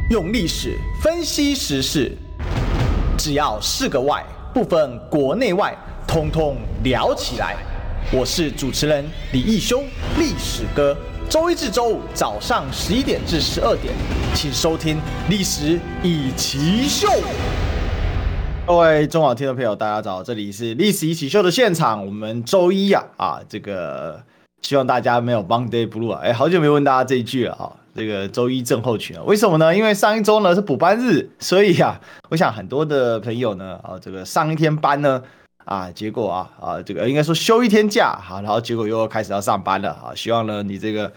用历史分析时事，只要是个“外”，不分国内外，通通聊起来。我是主持人李义修，历史哥。周一至周五早上11点至12点，请收听《历史一起秀》。各位中网听众朋友，大家早，这里是《历史一起秀》的现场。我们周一这个希望大家没有 Monday Blue 啊，好久没问大家这一句了啊。这个周一症候群啊，为什么呢？因为上一周呢是补班日，所以我想很多的朋友呢，这个上一天班呢，结果这个应该说休一天假，然后结果又开始要上班了希望呢你这个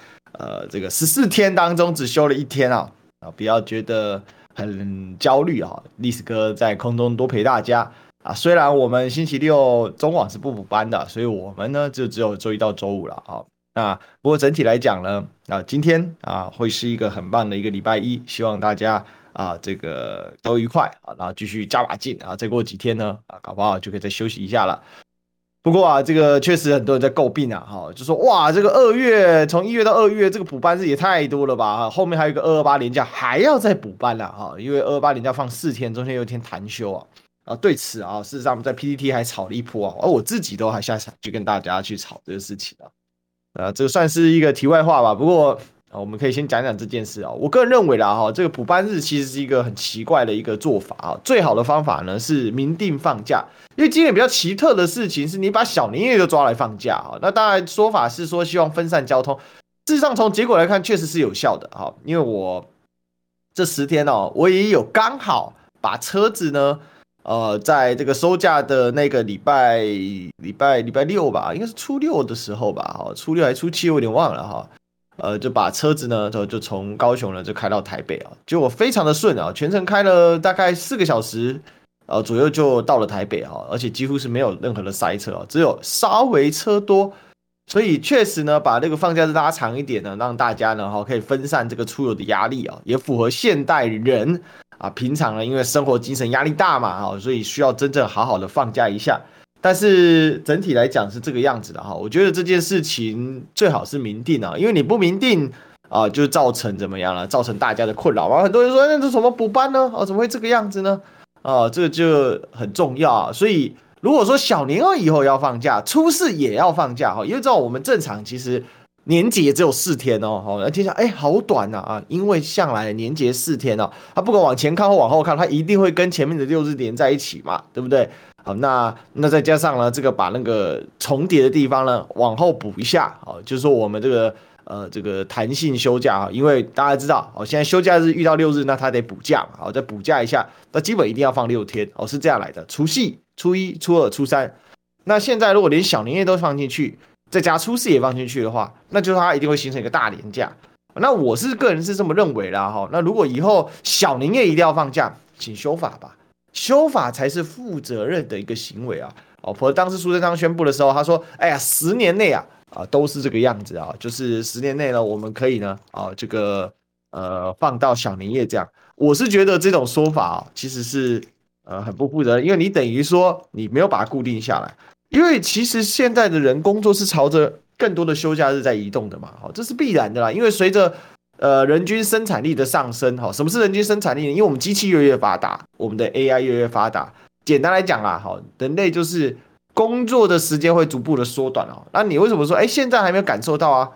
14天当中只休了一天不要觉得很焦虑历史哥在空中多陪大家虽然我们星期六中网是不补班的，所以我们呢就只有周一到周五了不过整体来讲呢，今天会是一个很棒的一个礼拜一，希望大家这个都愉快然后继续加把劲再过几天呢搞不好就可以再休息一下了。不过这个确实很多人在诟病就说哇，这个从1月到2月这个补班日也太多了吧后面还有一个228连假还要再补班了因为228连假放4天，中间有一天弹休对此事实上在 PTT 还吵了一波我自己都还下场去跟大家去吵这个事情这个算是一个题外话吧。不过我们可以先讲讲这件事我个人认为啦这个补班日其实是一个很奇怪的一个做法最好的方法呢是明定放假，因为今年比较奇特的事情是你把小年夜就抓来放假那当然说法是说希望分散交通，事实上从结果来看确实是有效的因为我这10天我也有刚好把车子呢在这个收假的那个礼拜六吧，应该是初6的时候吧，初6还初7我有点忘了就把车子呢就从高雄呢就开到台北结果非常的顺全程开了大概4个小时左右就到了台北而且几乎是没有任何的塞车只有稍微车多，所以确实呢把这个放假日拉长一点呢，让大家呢可以分散这个出游的压力也符合现代人平常呢因为生活精神压力大嘛所以需要真正好好的放假一下。但是整体来讲是这个样子的我觉得这件事情最好是明定因为你不明定就造成怎么样了？造成大家的困扰很多人说那这怎么补班呢怎么会这个样子呢这个就很重要所以如果说小年2以后要放假，初4也要放假因为知道我们正常其实年节只有4天那听起来好短因为向来年节4天它不管往前看或往后看，它一定会跟前面的6日连在一起嘛，对不对？好，那再加上呢，这个把那个重叠的地方呢往后补一下就是说我们这个弹性休假因为大家知道现在休假日遇到6日，那它得补假嘛再补假一下，那基本一定要放6天是这样来的，除夕、初1、初2、初3。那现在如果连小年夜都放进去，再加初4也放进去的话，那就是它一定会形成一个大连假。那我是个人是这么认为啦那如果以后小年夜一定要放假，请修法吧，修法才是负责任的一个行为否则当时苏贞昌宣布的时候，他说哎呀10年内都是这个样子就是10年内呢我们可以呢这个放到小年夜这样。我是觉得这种说法其实是很不负责任，因为你等于说你没有把它固定下来。因为其实现在的人工作是朝着更多的休假日在移动的嘛这是必然的啦。因为随着人均生产力的上升什么是人均生产力呢？因为我们机器越来越发达，我们的 AI 越来越发达，简单来讲人类就是工作的时间会逐步的缩短那你为什么说现在还没有感受到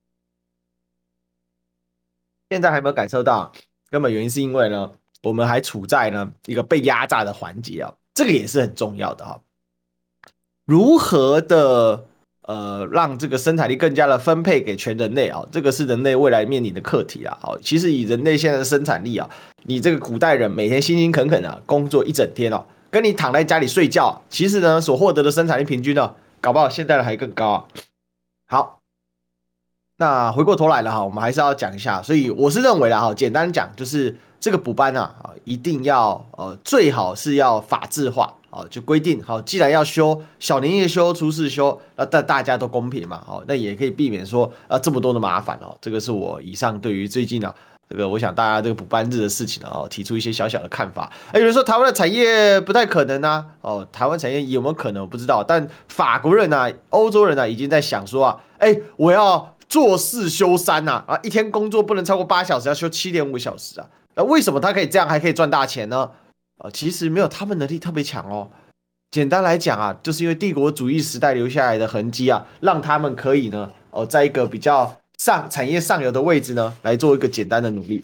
现在还没有感受到根本原因是因为呢我们还处在呢一个被压榨的环节这个也是很重要的如何的让这个生产力更加的分配给全人类这个是人类未来面临的课题其实以人类现在的生产力你这个古代人每天辛辛恳恳工作一整天跟你躺在家里睡觉，其实呢所获得的生产力平均搞不好现在的还更高好，那回过头来了我们还是要讲一下，所以我是认为啦简单讲就是这个补班一定要最好是要法制化就规定既然要休小年夜休、初4休，那大家都公平嘛那也可以避免说这么多的麻烦这个是我以上对于最近这个我想大家这个补班日的事情提出一些小小的看法。有人说台湾的产业不太可能台湾产业有没有可能我不知道，但法国人欧洲人已经在想说我要做4休3一天工作不能超过8小时，要休7.5小时为什么他可以这样还可以赚大钱呢？其实没有他们能力特别强哦。简单来讲啊，就是因为帝国主义时代留下来的痕迹啊，让他们可以呢，在一个比较产业上游的位置呢，来做一个简单的努力。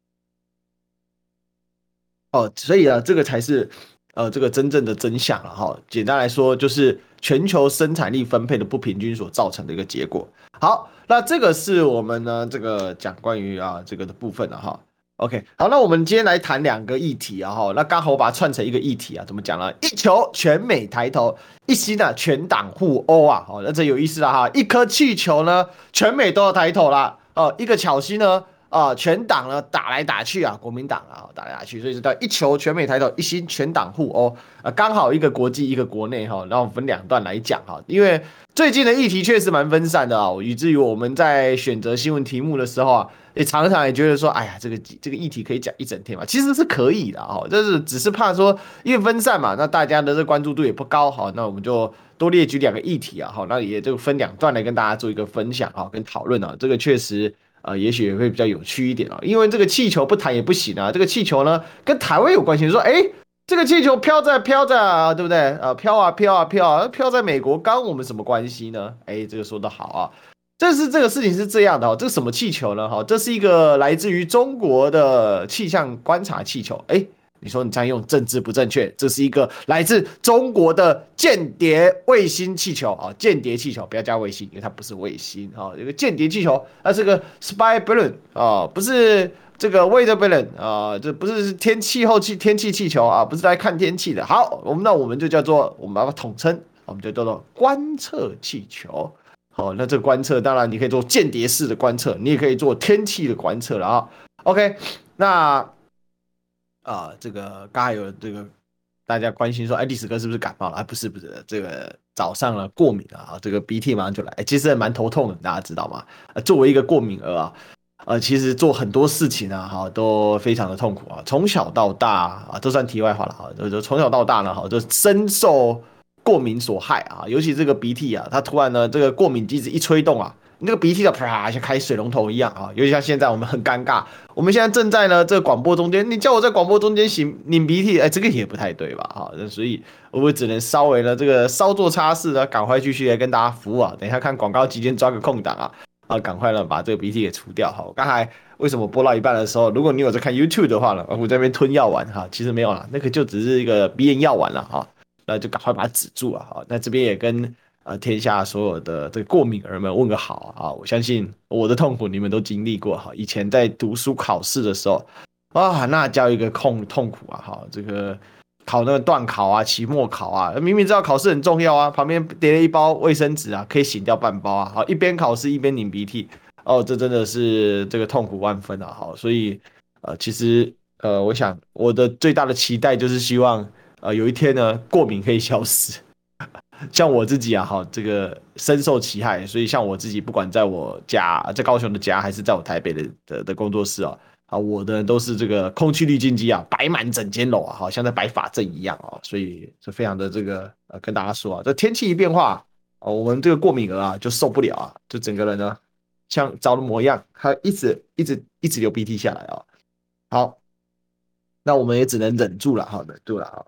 所以呢，这个才是这个真正的真相了哈。简单来说，就是全球生产力分配的不平均所造成的一个结果。好，那这个是我们呢这个讲关于这个的部分了哈。OK， 好，那我们今天来谈2个议题啊哈。那刚好我把它串成一个议题啊，怎么讲呢？一球全美抬头，一心啊全党互殴啊。好，那这有意思了哈。一颗气球呢，全美都要抬头啦。一个巧心呢。全党呢打来打去啊，国民党啊打来打去，所以是叫一球全美抬头，一心全党互殴刚好一个国际一个国内哈，然后分2段来讲哈，因为最近的议题确实蛮分散的啊，以至于我们在选择新闻题目的时候啊，也常常也觉得说，哎呀，这个议题可以讲一整天嘛，其实是可以的哈，就是只是怕说因为分散嘛，那大家的这关注度也不高哈，那我们就多列举2个议题啊，好，那也就分2段来跟大家做一个分享啊，跟讨论啊，这个确实。也许也会比较有趣一点啊，因为这个气球不谈也不行啊。这个气球呢，跟台湾有关系。说，这个气球飘着啊，对不对？飘啊飘啊飘啊，飘在美国，跟我们什么关系呢？这个说得好啊。这个事情是这样的哦，这个什么气球呢？哈，这是一个来自于中国的气象观察气球。你说你这样用政治不正确，这是一个来自中国的间谍卫星气球啊，间谍气球不要加卫星，因为它不是卫星啊，这个间谍气球，它是个 spy balloon 啊，不是这个 weather balloon 啊，这不是天气气球啊，不是来看天气的。好，那我们就叫做我们把它统称，我们就叫做观测气球。好，那这个观测当然你可以做间谍式的观测，你也可以做天气的观测了啊。OK， 那。这个刚才有这个大家关心说，历史哥是不是感冒了？不是，这个早上呢过敏啊，这个鼻涕马上就来，其实蛮头痛的，大家知道吗？作为一个过敏儿其实做很多事情啊，都非常的痛苦啊，从小到大啊，都算题外话了哈，就从小到大呢，就深受过敏所害啊，尤其这个鼻涕啊，它突然呢，这个过敏机制一吹动啊。你那个鼻涕的啪，像开水龙头一样啊！尤其像现在我们很尴尬，我们现在正在呢这个广播中间，你叫我在广播中间擤鼻涕，这个也不太对吧？所以我们只能稍微呢这个稍作擦拭呢，赶快继续来跟大家服务啊！等一下看广告期间抓个空档赶快呢把这个鼻涕给除掉哈！刚才为什么播到一半的时候，如果你有在看 YouTube 的话呢，我在那边吞药丸其实没有啦，那个就只是一个鼻炎药丸了那就赶快把它止住那这边也跟。天下所有的这个过敏儿们问个好我相信我的痛苦你们都经历过以前在读书考试的时候那叫一个痛苦这个考那个段考期末考明明知道考试很重要旁边叠了一包卫生纸可以擤掉半包一边考试一边擤鼻涕这真的是这个痛苦万分所以其实我想我的最大的期待就是希望有一天呢过敏可以消失。像我自己这个深受其害，所以像我自己，不管在我家，在高雄的家，还是在我台北的工作室我的都是这个空气滤净机摆满整间楼好像在摆法阵一样所以就非常的这个跟大家说这天气一变化我们这个过敏儿就受不了就整个人呢像着了魔一样，他一直流鼻涕下来好，那我们也只能忍住了忍住了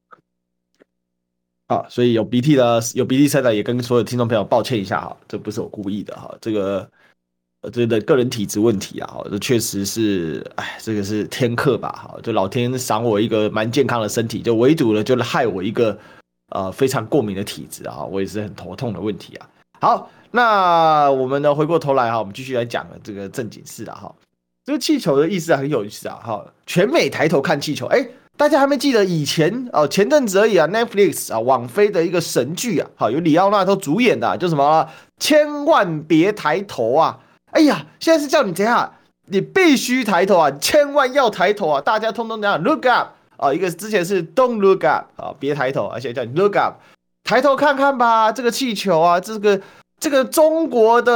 所以有鼻涕声的也跟所有听众朋友抱歉一下这不是我故意的这个个人体质问题这确实是这个是天克吧就老天赏我一个蛮健康的身体，就唯独呢就是害我一个非常过敏的体质我也是很头痛的问题好，那我们呢回过头来我们继续来讲这个正经事这个气球的意思很有意思全美抬头看气球大家还没记得以前前阵子而已Netflix 网飞的一个神剧有里奥纳多主演的，就什么千万别抬头哎呀，现在是叫你怎样？你必须抬头千万要抬头大家通通怎样 look up 一个之前是 don't look up 别抬头，而且叫你 look up， 抬头看看吧，这个气球这个中国的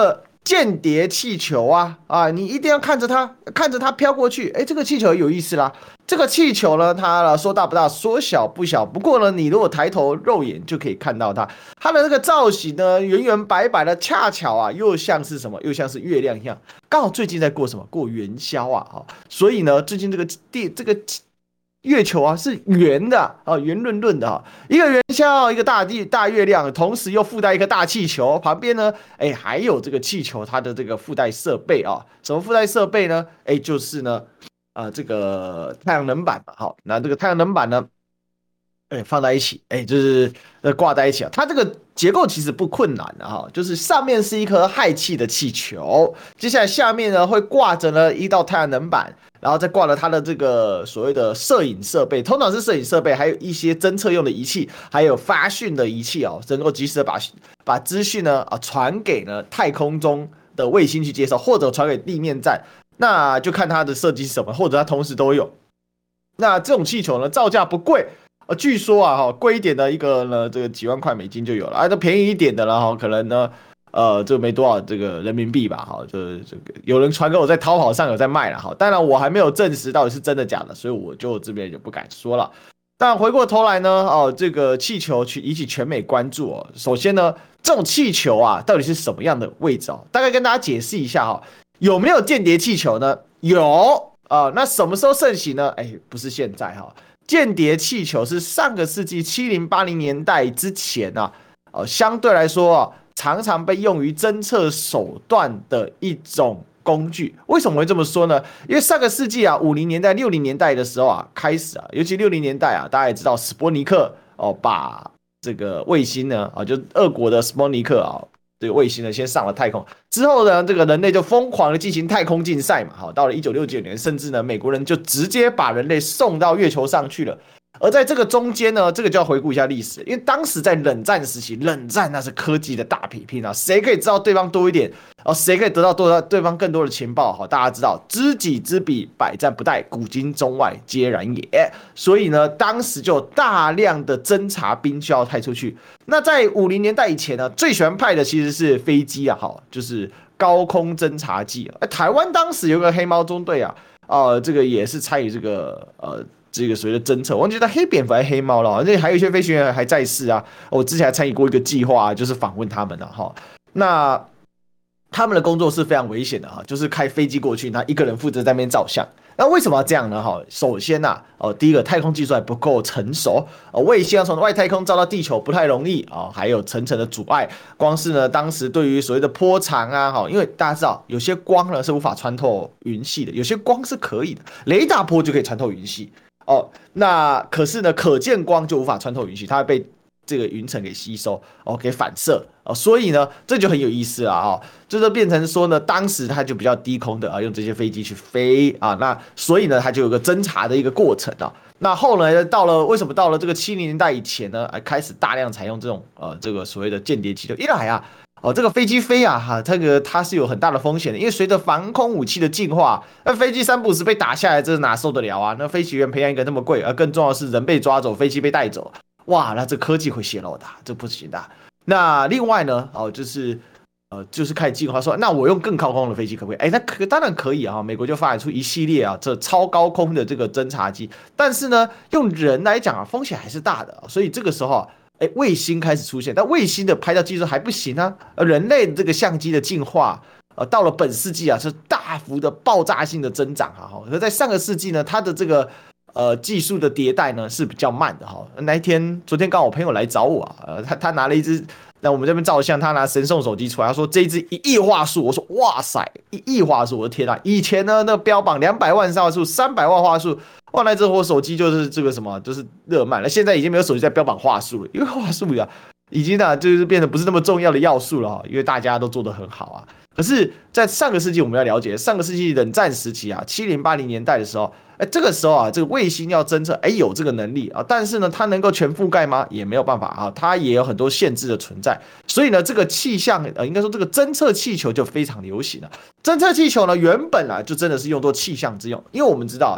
间谍气球啊，你一定要看着它飘过去。哎，这个气球有意思啦。这个气球呢，它说大不大，说小不小。不过呢，你如果抬头肉眼就可以看到它的那个造型呢，圆圆白白的，恰巧啊，又像是什么？又像是月亮一样。刚好最近在过什么？过元宵啊，所以呢，最近这个月球啊是圆的啊，圆润润的啊，一个元宵，一个大月亮，同时又附带一个大气球，旁边呢，哎，还有这个气球它的这个附带设备啊，什么附带设备呢？哎，就是呢，这个太阳能板嘛，好，那这个太阳能板呢，哎，放在一起，哎，就是挂在一起啊，它这个结构其实不困难的哈，就是上面是一颗氦气的气球，接下来下面呢会挂着呢一道太阳能板。然后再挂了它的这个所谓的摄影设备，通常是摄影设备，还有一些侦测用的仪器，还有发讯的仪器哦，能够及时的把资讯呢传给呢太空中的卫星去接收，或者传给地面站，那就看它的设计是什么，或者它同时都有。那这种气球呢，造价不贵。据说贵一点的一个呢，这个几万块美金就有了，这便宜一点的了可能呢。这没多少这个人民币吧，就是这个有人传给我在淘宝上有在卖了，当然我还没有证实到底是真的假的，所以我就这边就不敢说了。但回过头来呢，这个气球去引起全美关注首先呢，这种气球到底是什么样的位置大概跟大家解释一下有没有间谍气球呢？有那什么时候盛行呢？哎，不是现在间谍气球是上个世纪70、80年代之前相对来说常常被用于侦测手段的一种工具。为什么会这么说呢？因为上个世纪50年代、60年代的时候开始尤其60年代大家也知道史波尼克把这个卫星呢就俄国的史波尼克这个卫星呢先上了太空，之后呢这个人类就疯狂的进行太空竞赛嘛，到了1969年，甚至呢美国人就直接把人类送到月球上去了。而在这个中间呢，这个就要回顾一下历史，因为当时在冷战时期，冷战那是科技的大比拼谁可以知道对方多一点谁可以得到对方更多的情报大家知道知己知彼，百战不殆，古今中外皆然也。所以呢，当时就有大量的侦察兵需要派出去。那在50年代以前呢，最喜欢派的其实是飞机就是高空侦察机台湾当时有个黑猫中队这个也是参与这个所谓的侦测，忘记他黑蝙蝠还是黑猫了，那还有一些飞行员还在世我之前还参与过一个计划，就是访问他们那他们的工作是非常危险的就是开飞机过去，那一个人负责在那边照相。那为什么要这样呢？首先第一个太空技术还不够成熟，卫星要从外太空照到地球不太容易还有层层的阻碍。光是呢，当时对于所谓的波长因为大家知道有些光呢是无法穿透云系的，有些光是可以的，雷达波就可以穿透云系。那可是呢，可见光就无法穿透云系，它会被这个云层给吸收给反射所以呢，这就很有意思了就是变成说呢，当时它就比较低空的用这些飞机去飞那所以呢，它就有个侦察的一个过程那后来为什么到了这个70年代以前呢，开始大量采用这种这个所谓的间谍气球？一来这个飞机飞它是有很大的风险的，因为随着防空武器的进化，那飞机3不5被打下来，这哪受得了那飞行员培养一个那么贵，更重要的是人被抓走，飞机被带走，哇，那这科技会泄露的，这不行的。那另外呢，就是开始进化说，那我用更高空的飞机可不可以？那当然可以美国就发展出一系列这超高空的这个侦察机，但是呢，用人来讲风险还是大的，所以这个时候卫星开始出现，但卫星的拍照技术还不行人类的这个相机的进化到了本世纪是大幅的爆炸性的增长而在上个世纪呢，它的这个技术的迭代呢是比较慢的昨天刚好我朋友来找我他拿了一支，那我们这边照相，他拿神送手机出来，他说这一支1亿画素，我说哇塞，1亿画素，我的天以前呢那标榜200万画素、300万画素，哇，那这我手机就是这个什么，就是热卖了。现在已经没有手机在标榜画素了，因为画素已经就是变得不是那么重要的要素了因为大家都做得很好可是，在上个世纪我们要了解，上个世纪冷战时期70、80年代的时候，这个时候这个卫星要侦测，有这个能力但是呢，它能够全覆盖吗？也没有办法它也有很多限制的存在。所以呢，这个气象应该说这个侦测气球就非常流行了。侦测气球呢，原本就真的是用作气象之用，因为我们知道在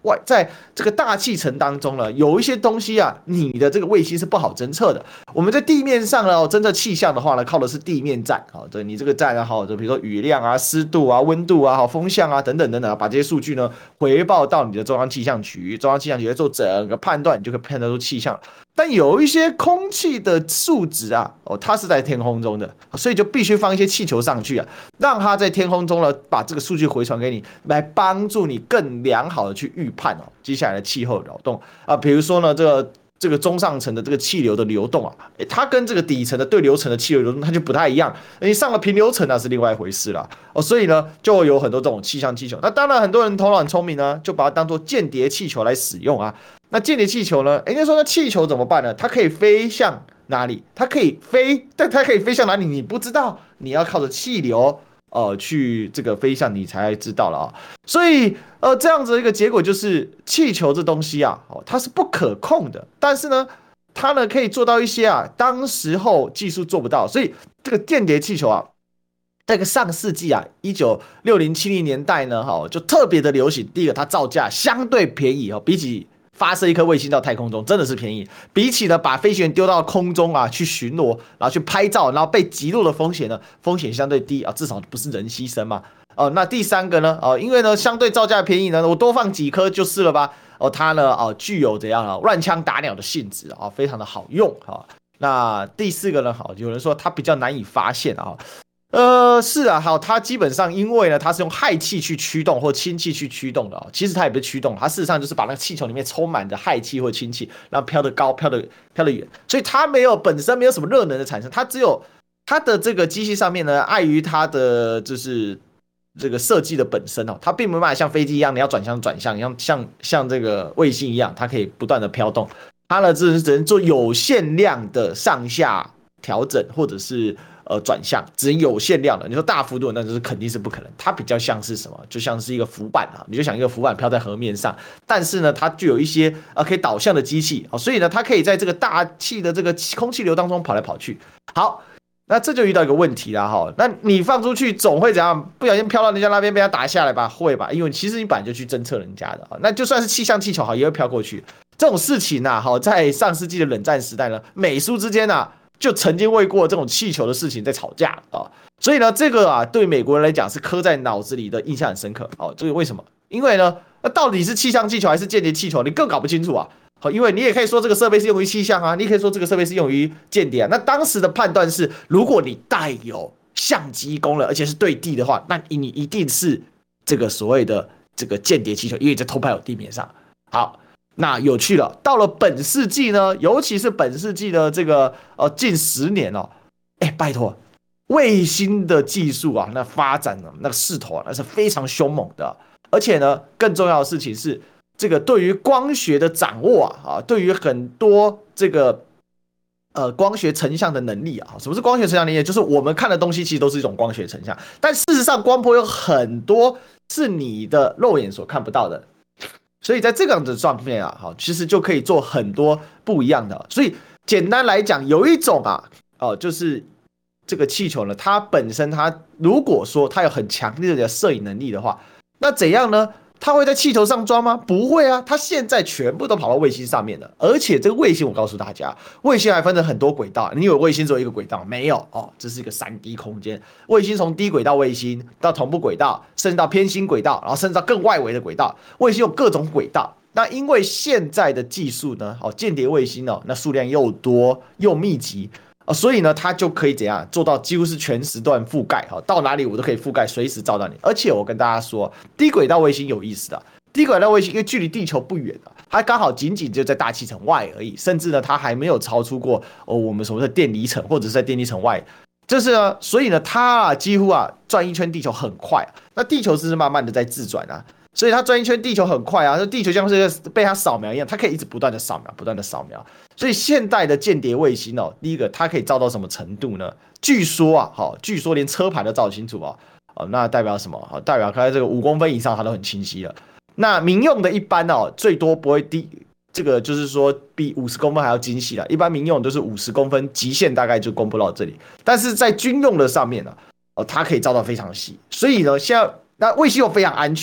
在这个大气层当中呢，有一些东西啊，你的这个卫星是不好侦测的。我们在地面上呢，侦测气象的话呢，靠的是地面站，好，对你这个站啊，好，就比如说雨量啊、湿度啊、温度啊、好风向啊等等等等，把这些数据呢回报到你的中央气象局，中央气象局在做整个判断，你就可以判断出气象。但有一些空气的数值啊，它是在天空中的，所以就必须放一些气球上去啊，让它在天空中呢把这个数据回传给你，来帮助你更良好的去预判接下来的气候扰动啊。比如说呢，这个中上层的这个气流的流动啊，它跟这个底层的对流层的气流流动它就不太一样，你上了平流层那是另外一回事了所以呢，就有很多这种气象气球。那当然，很多人头脑很聪明呢，就把它当做间谍气球来使用啊。那间谍气球呢？应该说，那气球怎么办呢？它可以飞向哪里？它可以飞，但它可以飞向哪里？你不知道，你要靠着气流去这个飞向，你才知道了所以这样子的一个结果就是，气球这东西啊，它是不可控的。但是呢，它呢可以做到一些当时候技术做不到。所以这个间谍气球啊，这个上世纪啊，1960、70年代呢，就特别的流行。第一个，它造价相对便宜比起发射一颗卫星到太空中真的是便宜，比起呢把飞行员丢到空中去巡逻，然后去拍照，然后被击落的风险呢，风险相对低至少不是人牺牲嘛。那第三个呢，因为呢相对造价便宜呢，我多放几颗就是了吧。它呢具有怎样乱枪打鸟的性质非常的好用那第四个呢，有人说它比较难以发现是啊，好，它基本上因为呢，它是用氦气去驱动或氢气去驱动的其实它也不是驱动，它事实上就是把那个气球里面充满着氦气或氢气，然后飘得高、飘得远，所以它本身没有什么热能的产生，它只有它的这个机器上面呢，碍于它的就是这个设计的本身它并没有办法像飞机一样，你要转向，像这个卫星一样，它可以不断的飘动，它呢只能做有限量的上下调整或者是转向，只能有限量的。你说大幅度，那就是肯定是不可能。它比较像是什么？就像是一个浮板你就想一个浮板飘在河面上，但是呢，它就有一些可以导向的机器所以呢，它可以在这个大气的这个空气流当中跑来跑去。好，那这就遇到一个问题啦那你放出去总会怎样？不小心飘到人家那边被他打下来吧？会吧？因为其实你本来就去侦测人家的那就算是气象气球也会飘过去。这种事情在上世纪的冷战时代呢，美苏之间就曾经为过这种气球的事情在吵架所以呢，这个对美国人来讲是刻在脑子里的，印象很深刻这个为什么？因为呢，那到底是气象气球还是间谍气球，你更搞不清楚因为你也可以说这个设备是用于气象你也可以说这个设备是用于间谍那当时的判断是，如果你带有相机功能，而且是对地的话，那你一定是这个所谓的这个间谍气球，因为在偷拍有地面上。好。那有趣了，到了本世纪呢，尤其是本世纪的这个近10年拜托，卫星的技术那发展那个势头那是非常凶猛的，而且呢，更重要的事情是，这个对于光学的掌握对于很多这个光学成像的能力什么是光学成像能力？就是我们看的东西其实都是一种光学成像，但事实上光波有很多是你的肉眼所看不到的。所以在这样的状况其实就可以做很多不一样的。所以简单来讲，有一种就是这个气球呢，它本身如果说它有很强烈的摄影能力的话，那怎样呢？它会在气球上装吗？不会它现在全部都跑到卫星上面了。而且这个卫星，我告诉大家，卫星还分成很多轨道。你以为卫星只有一个轨道？没有这是一个3D 空间。卫星从低轨道卫星到同步轨道，甚至到偏心轨道，然后甚至到更外围的轨道。卫星有各种轨道。那因为现在的技术呢，间谍卫星那数量又多又密集。所以呢，它就可以怎样做到几乎是全时段覆盖到哪里我都可以覆盖，随时照到你。而且我跟大家说，低轨道卫星有意思的，低轨道卫星因为距离地球不远它刚好仅仅就在大气层外而已，甚至呢，它还没有超出过我们所谓的电离层，或者是在电离层外。就是呢，所以呢，它几乎转一圈地球很快那地球是慢慢的在自转所以它转一圈地球很快地球像是被它扫描一样，它可以一直不断的扫描，不断的扫描。所以现代的间谍卫星第一个它可以照到什么程度呢？据说据说连车牌都照清楚那代表什么？代表它这个5公分以上它都很清晰了。那民用的一般最多不会低，这个就是说比50公分还要精细了。一般民用都是50公分，极限大概就公布到这里。但是在军用的上面它可以照到非常细。所以呢，现在那卫星又非常安全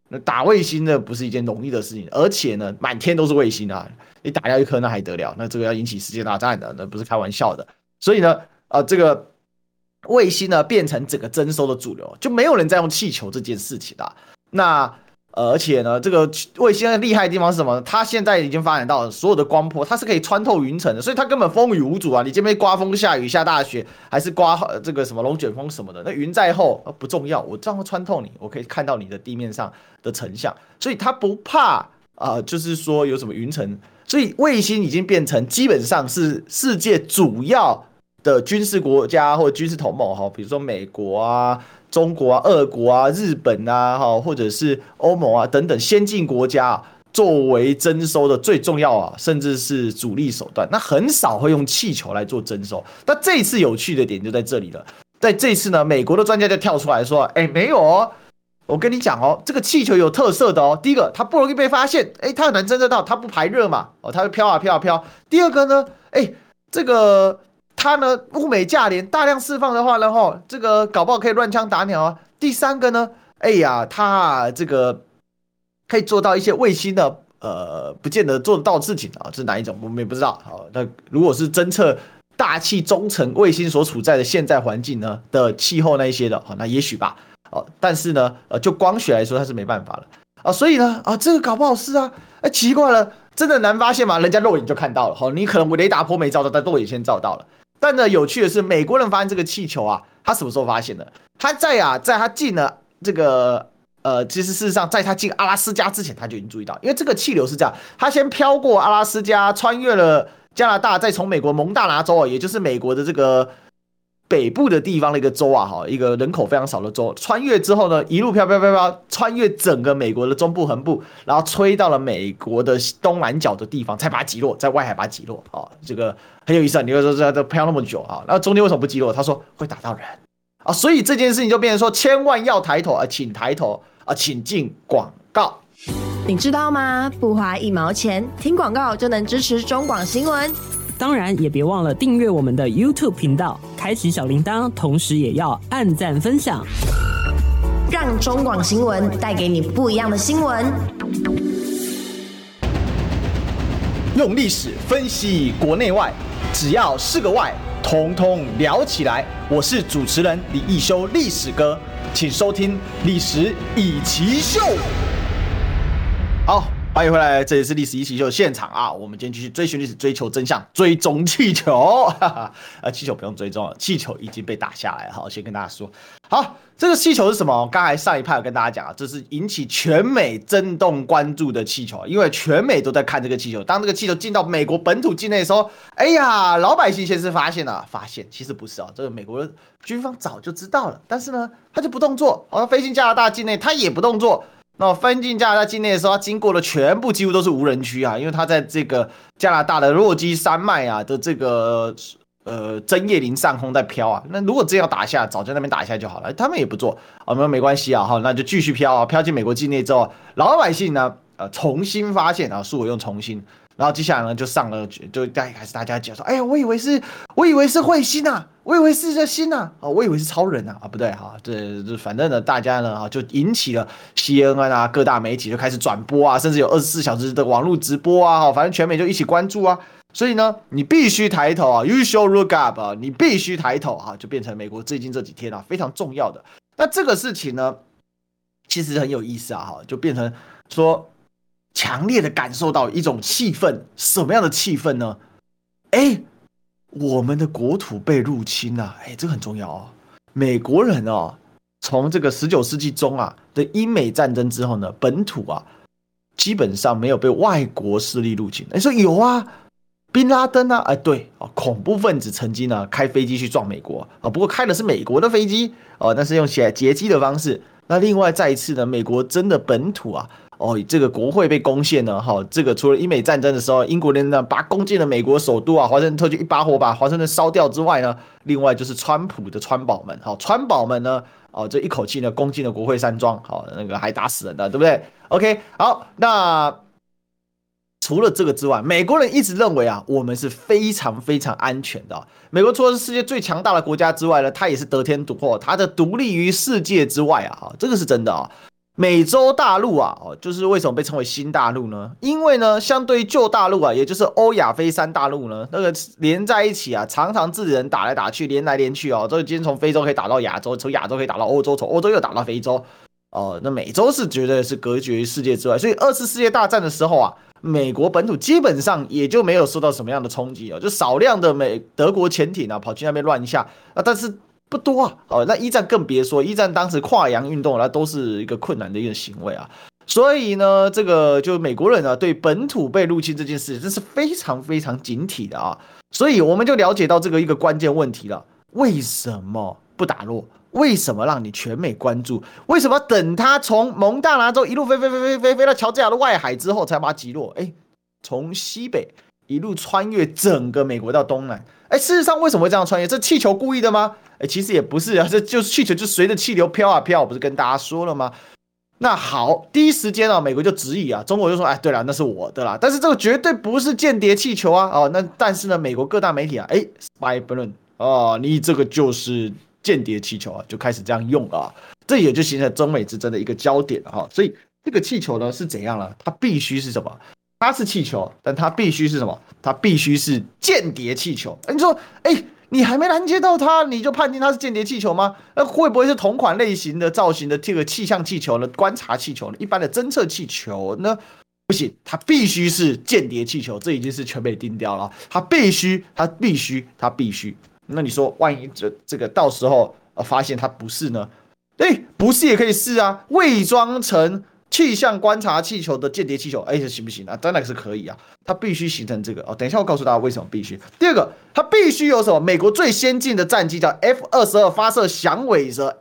那打卫星呢不是一件容易的事情，而且呢满天都是卫星啊，你打掉一颗那还得了？那这个要引起世界大战的，那不是开玩笑的。所以呢，这个卫星呢变成整个征收的主流，就没有人在用气球这件事情啦。那而且呢，这个卫星的厉害的地方是什么呢？它现在已经发展到所有的光波，它是可以穿透云层的，所以它根本风雨无阻啊！你这边刮风下雨下大雪，还是刮这个什么龙卷风什么的，那云再厚不重要，我这样会穿透你，我可以看到你的地面上的成像，所以它不怕就是说有什么云层，所以卫星已经变成基本上是世界主要的军事国家或者军事同盟哈，比如说美国啊、中国啊、俄国啊、日本啊，或者是欧盟啊等等先进国家啊，作为征收的最重要啊，甚至是主力手段。那很少会用气球来做征收。那这一次有趣的点就在这里了，在这一次呢，美国的专家就跳出来说：“没有哦，我跟你讲哦，这个气球有特色的哦。第一个，它不容易被发现，它很难侦测到，它不排热嘛，它会飘啊飘啊飘。第二个呢，这个。”它呢物美价廉，大量释放的话呢，这个搞不好可以乱枪打鸟啊。第三个呢，它这个可以做到一些卫星呢，不见得做得到的事情啊，这是哪一种我们也不知道。好，那如果是侦测大气中层卫星所处在的现在环境呢的气候那一些的，好，那也许吧。但是呢，就光学来说，它是没办法了啊。所以呢，这个搞不好是啊，奇怪了，真的难发现吗？人家肉眼就看到了，好，你可能雷达波没照到，但肉眼先照到了。但呢，有趣的是，美国人发现这个气球啊，他什么时候发现的？他在他进了这个其实事实上，在他进阿拉斯加之前，他就已经注意到，因为这个气流是这样，他先飘过阿拉斯加，穿越了加拿大，再从美国蒙大拿州也就是美国的这个北部的地方的一个州啊，一个人口非常少的州，穿越之后呢，一路飘，穿越整个美国的中部横部，然后吹到了美国的东南角的地方，才把它击落，在外海把它击落啊，这个很有意思啊。你会说这飘那么久啊，然后中间为什么不击落？他说会打到人啊，所以这件事情就变成说，千万要抬头啊，请抬头啊，请进广告。 你知道吗？不花1毛钱，听广告就能支持中广新闻。 当然也别忘了订阅我们的 YouTube 频道，开启小铃铛，同时也要按赞分享， 让中广新闻带给你不一样的新闻。 用历史分析国内外，只要是个“外”，统统聊起来。我是主持人李义修，历史哥，请收听《历史一起秀》。好。欢迎回来，这里是历史一起秀现场啊！我们今天继续追寻历史，追求真相，追踪气球。气球不用追踪了，气球已经被打下来了。好，先跟大家说，好，这个气球是什么？刚才上一趴有跟大家讲啊，这是引起全美震动关注的气球，因为全美都在看这个气球。当这个气球进到美国本土境内的时候，老百姓先是发现其实不是啊，这个美国的军方早就知道了，但是呢，他就不动作。好像飞进加拿大境内，他也不动作。那飞进加拿大境内的时候，他经过的全部几乎都是无人区啊，因为他在这个加拿大的落基山脉啊的这个针叶林上空在飘啊。那如果真要打下，早在那边打下就好了，他们也不做啊，没关系啊，那就继续飘啊，飘进美国境内之后，老百姓呢重新发现啊，恕我用重新。然后接下来呢，就上了，就开始大家讲说，我以为是彗星啊，我以为是这星啊，我以为是超人啊，不对哈，这反正呢，大家呢就引起了 CNN 啊，各大媒体就开始转播啊，甚至有24小时的网络直播啊，反正全美就一起关注啊。所以呢，你必须抬头啊 ，You should look up 啊，你必须抬头啊，就变成美国最近这几天啊非常重要的。那这个事情呢，其实很有意思啊，就变成说。强烈的感受到一种气氛，什么样的气氛呢？我们的国土被入侵啊！这个很重要哦。美国人哦，从这个19世纪中啊的英美战争之后呢，本土啊基本上没有被外国势力入侵。你说有啊，宾拉登啊，对啊，恐怖分子曾经呢开飞机去撞美国啊，不过开的是美国的飞机哦，但是用劫机的方式。那另外再一次呢，美国真的本土啊。这个国会被攻陷了哈，这个除了英美战争的时候，英国人呢把攻进了美国首都啊，华盛顿特区一把火把华盛顿烧掉之外呢，另外就是川普的川宝们，川宝们呢，这一口气呢攻进了国会山庄，那个还打死人的，对不对 ？OK， 好，那除了这个之外，美国人一直认为啊，我们是非常非常安全的。美国除了是世界最强大的国家之外呢，它也是得天独厚，它的独立于世界之外啊，这个是真的啊。 美洲大陆啊，就是为什么被称为新大陆呢？因为呢，相对于旧大陆啊，也就是欧亚非三大陆呢，那个连在一起啊，常常自己人打来打去，连来连去哦。这今天从非洲可以打到亚洲，从亚洲可以打到欧洲，从欧洲又打到非洲。那美洲是绝对是隔绝于世界之外，所以二次世界大战的时候啊，美国本土基本上也就没有受到什么样的冲击哦，就少量的德国潜艇啊跑去那边乱一下啊，但是不多啊。那一战更别说，一战当时跨洋运动那都是一个困难的一个行为啊。所以呢，这个就美国人啊对本土被入侵这件事，真是非常非常警惕的啊。所以我们就了解到这个一个关键问题了：为什么不打落？为什么让你全美关注？为什么等他从蒙大拿州一路飞到乔治亚的外海之后才把他击落？从西北一路穿越整个美国到东南。事实上为什么会这样穿越？这气球故意的吗？其实也不是啊，这就是气球就随着气流飘啊飘，不是跟大家说了吗？那好，第一时间啊，美国就质疑啊，中国就说，对了，那是我的啦，但是这个绝对不是间谍气球啊，但是呢，美国各大媒体啊，spy balloon你这个就是间谍气球啊，就开始这样用啊，这也就形成中美之争的一个焦点了哈。所以这个气球呢是怎样呢？它必须是什么？它是气球，但它必须是什么？它必须是间谍气球。你说，你还没拦截到它，你就判定它是间谍气球吗？会不会是同款类型的造型的这个气象气球呢？观察气球呢？一般的侦测气球呢？不行，它必须是间谍气球，这已经是全美定调了。它必须。那你说，万一这个到时候发现它不是呢？不是也可以是啊，伪装成气象观察气球的间谍气球，行不行啊？当然是可以啊，它必须形成这个等一下我告诉大家为什么必须。第二个，它必须有什么？美国最先进的战机叫 F-22发射响尾蛇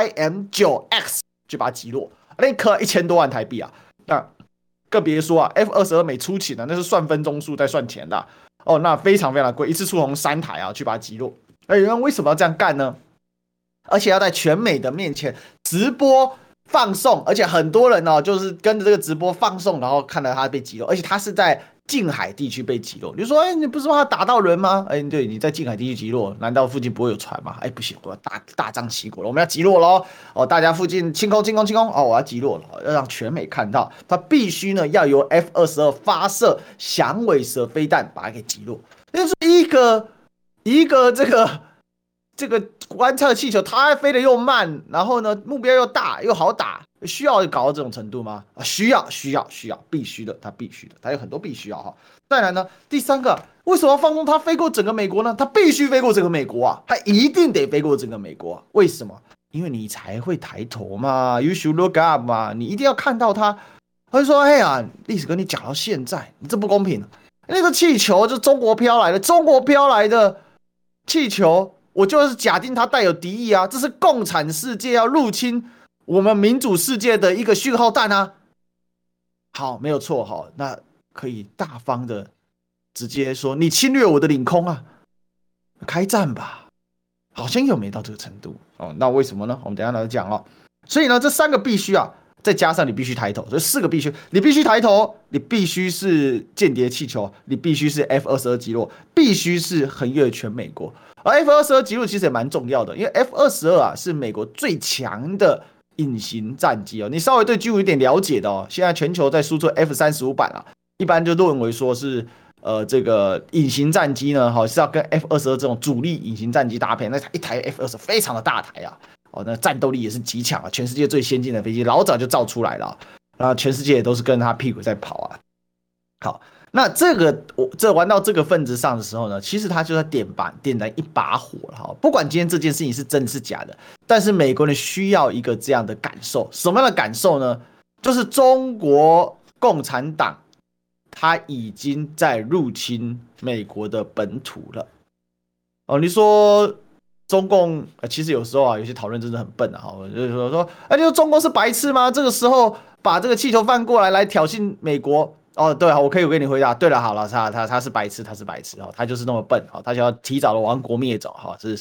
AIM-9X 去把它击落，那一颗1000多万台币啊，那更别说啊 F-22每出勤啊，那是算分钟数在算钱的那非常非常贵，一次出红3台啊，去把它击落。为什么要这样干呢？而且要在全美的面前直播放送，而且很多人就是跟着这个直播放送，然后看到他被击落，而且他是在近海地区被击落。你说，你不是说他打到人吗？对，你在近海地区击落，难道附近不会有船吗？不行，我要大张旗鼓了，我们要击落喽！大家附近清空我要击落了，要让全美看到，他必须呢要由 F-22发射响尾蛇飞弹把它给击落。就是一个这个观测气球，它还飞得又慢，然后呢目标又大又好打，需要搞到这种程度吗？需要，必须的，它有很多必须要哈。再来呢，第三个，为什么要放纵它飞过整个美国呢？它必须飞过整个美国啊，它一定得飞过整个美国为什么？因为你才会抬头嘛 ，You should look up 嘛，你一定要看到它。他就说，历史哥，你讲到现在，你这不公平。那个气球就是中国飘来的气球。我就是假定它带有敌意啊，这是共产世界要入侵我们民主世界的一个讯号弹啊。好，没有错，那可以大方的直接说你侵略我的领空啊，开战吧。好像又没到这个程度那为什么呢？我们等一下来讲所以呢，这3个必须啊，再加上你必须抬头，所以4个必须，你必须抬头，你必须是间谍气球，你必须是 F-22击落，必须是横越全美国。而 F-22击落其实也蛮重要的，因为 F-22啊是美国最强的隐形战机你稍微对军武有点了解的现在全球在输出 F-35版一般就认为说是这个隐形战机呢是要跟 F-22这种主力隐形战机搭配，那一台 F-22非常的大台那战斗力也是极强全世界最先进的飞机老早就造出来了全世界也都是跟他屁股在跑好。那这玩到这个份子上的时候呢，其实他就在点燃一把火了不管今天这件事情是真的是假的，但是美国人需要一个这样的感受。什么样的感受呢？就是中国共产党他已经在入侵美国的本土了你说中共其实有时候有些讨论真的很笨就是说你说中共是白痴吗？这个时候把这个气球放过来挑衅美国对我可以给你回答。对了，好了，他是白痴，他就是那么笨他想要提早的亡国灭种是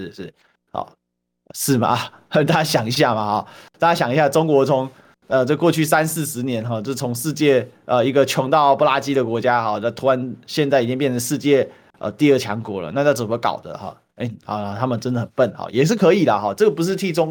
是吗？大家想一下嘛大家想一下，中国从这过去30-40年就从世界一个穷到不拉几的国家那突然现在已经变成世界第2强国了，那怎么搞的他们真的很笨也是可以的这个不是替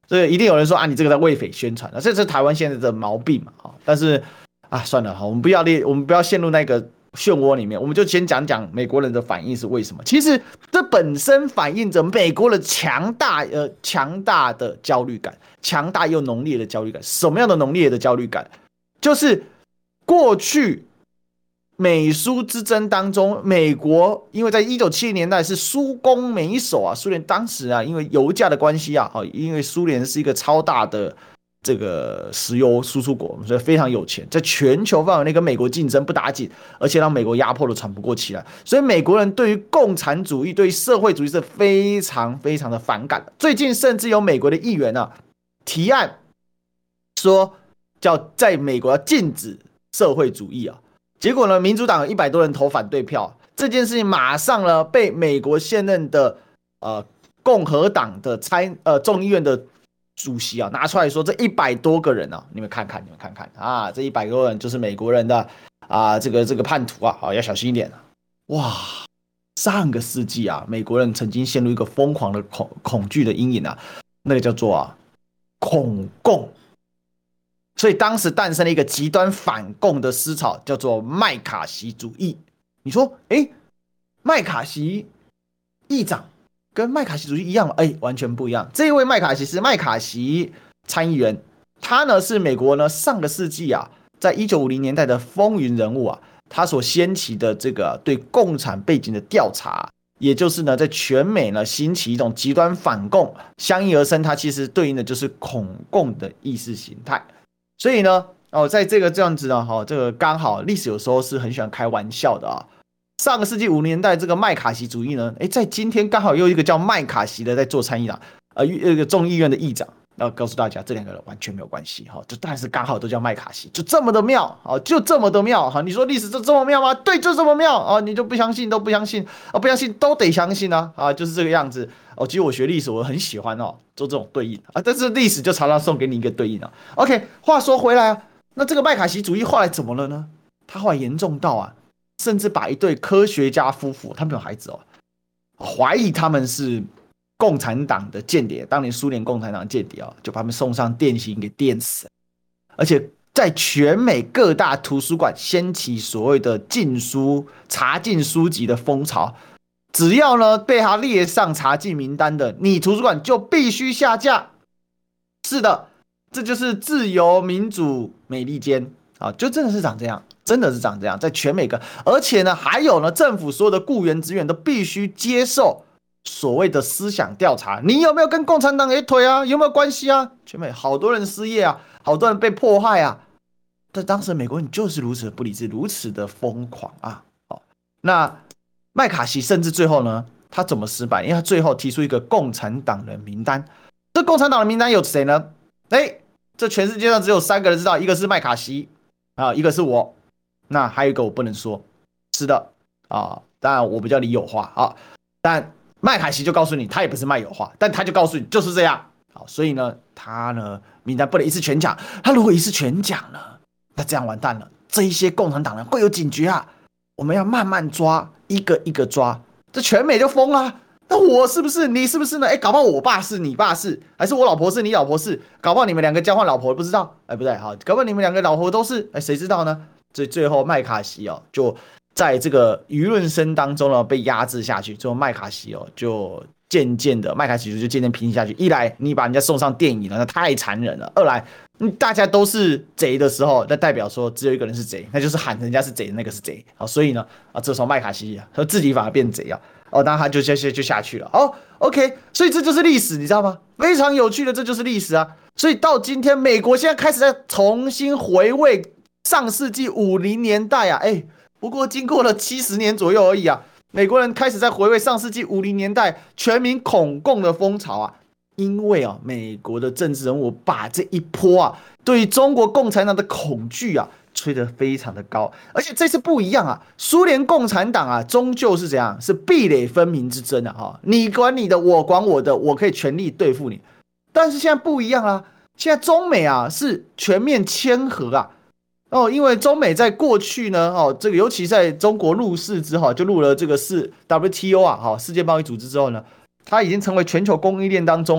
这个一定有人说啊，你这个在为匪宣传，这是台湾现在的毛病嘛，但是啊，算了，我们不要陷入那个漩涡里面，我们就先讲讲美国人的反应是为什么。其实这本身反映着美国人强大的焦虑感，强大又浓烈的焦虑感。什么样的浓烈的焦虑感？就是过去美苏之争当中，美国因为在1970年代是苏攻美守啊，苏联当时啊，因为油价的关系啊，因为苏联是一个超大的这个石油输出国，所以非常有钱，在全球范围内跟美国竞争不打紧，而且让美国压迫的喘不过气来。所以美国人对于共产主义、对于社会主义是非常非常的反感的。最近甚至有美国的议员啊提案说，叫在美国要禁止社会主义啊。结果呢，民主党有100多人投反对票，这件事情马上呢被美国现任的共和党的众议院的主席啊拿出来说，这100多个人啊，你们看看啊，这100多人就是美国人的这个叛徒啊，要小心一点。哇，上个世纪啊，美国人曾经陷入一个疯狂的恐惧的阴影啊，那个叫做恐共。所以当时诞生了一个极端反共的思潮，叫做麦卡锡主义。你说，麦卡锡议长跟麦卡锡主义一样吗？完全不一样。这一位麦卡锡是麦卡锡参议员，他呢是美国呢上个世纪啊，在1950年代的风云人物啊，他所掀起的这个对共产背景的调查，也就是呢在全美呢兴起一种极端反共，相应而生，它其实对应的就是恐共的意识形态。所以呢，在这样子呢，这个刚好历史有时候是很喜欢开玩笑的啊。上个世纪50年代这个麦卡锡主义呢，在今天刚好又有一个叫麦卡锡的在做参议长，一个众议院的议长。要告诉大家，这两个人完全没有关系，这但是刚好都叫麦卡锡，就这么的妙，就这么的妙。你说历史这么妙吗？对，就这么妙你就不相信都不相信不相信都得相信就是这个样子。其实我学历史，我很喜欢做这种对应但是历史就常常送给你一个对应OK， 话说回来那这个麦卡锡主义后来怎么了呢？他后来严重到甚至把一对科学家夫妇，他们有孩子怀疑他们是共产党的间谍，当年苏联共产党的间谍就把他们送上电刑给电死，而且在全美各大图书馆掀起所谓的禁书、查禁书籍的风潮。只要呢被他列上查禁名单的，你图书馆就必须下架。是的，这就是自由民主美利坚就真的是长这样，真的是长这样，在全美而且呢，还有呢，政府所有的雇员职员都必须接受所谓的思想调查，你有没有跟共产党有腿有没有关系全美好多人失业好多人被迫害但当时美国人就是如此的不理智，如此的疯狂那麦卡锡甚至最后呢，他怎么失败？因为他最后提出一个共产党人名单。这共产党的名单有谁呢？这全世界上只有3个人知道，一个是麦卡锡一个是我，那还有一个我不能说。是的当然我比较李友化但麦卡锡就告诉你他也不是麦友化，但他就告诉你就是这样所以呢他呢名单不能一次全讲。他如果一次全讲了，那这样完蛋了，这一些共产党人会有警觉我们要慢慢抓，一个一个抓，这全美就疯了。那我是不是？你是不是呢？搞不好我爸是，你爸是，还是我老婆是，你老婆是？搞不好你们2个交换老婆不知道？不对，搞不好你们2个老婆都是，谁知道呢？最后麦卡锡就在这个舆论声当中呢被压制下去。最后麦卡锡就渐渐平息下去。一来你把人家送上电影了，那太残忍了；二来大家都是贼的时候，那代表说只有一个人是贼，那就是喊人家是贼的那个是贼。所以呢这时候麦卡锡他自己反而变贼那他就下去了。OK， 所以这就是历史，你知道吗？非常有趣的，这就是历史所以到今天，美国现在开始在重新回味上世纪50年代不过经过了70年左右而已美国人开始在回味上世纪50年代全民恐共的风潮因为美国的政治人物把这一波对于中国共产党的恐惧吹得非常的高，而且这次不一样苏联共产党终究是怎样？是壁垒分明之争你管你的，我管我的，我可以全力对付你。但是现在不一样现在中美是全面签和因为中美在过去呢这个尤其在中国入世之后，就入了这个WTO 世界贸易组织之后呢，它已经成为全球供应链当中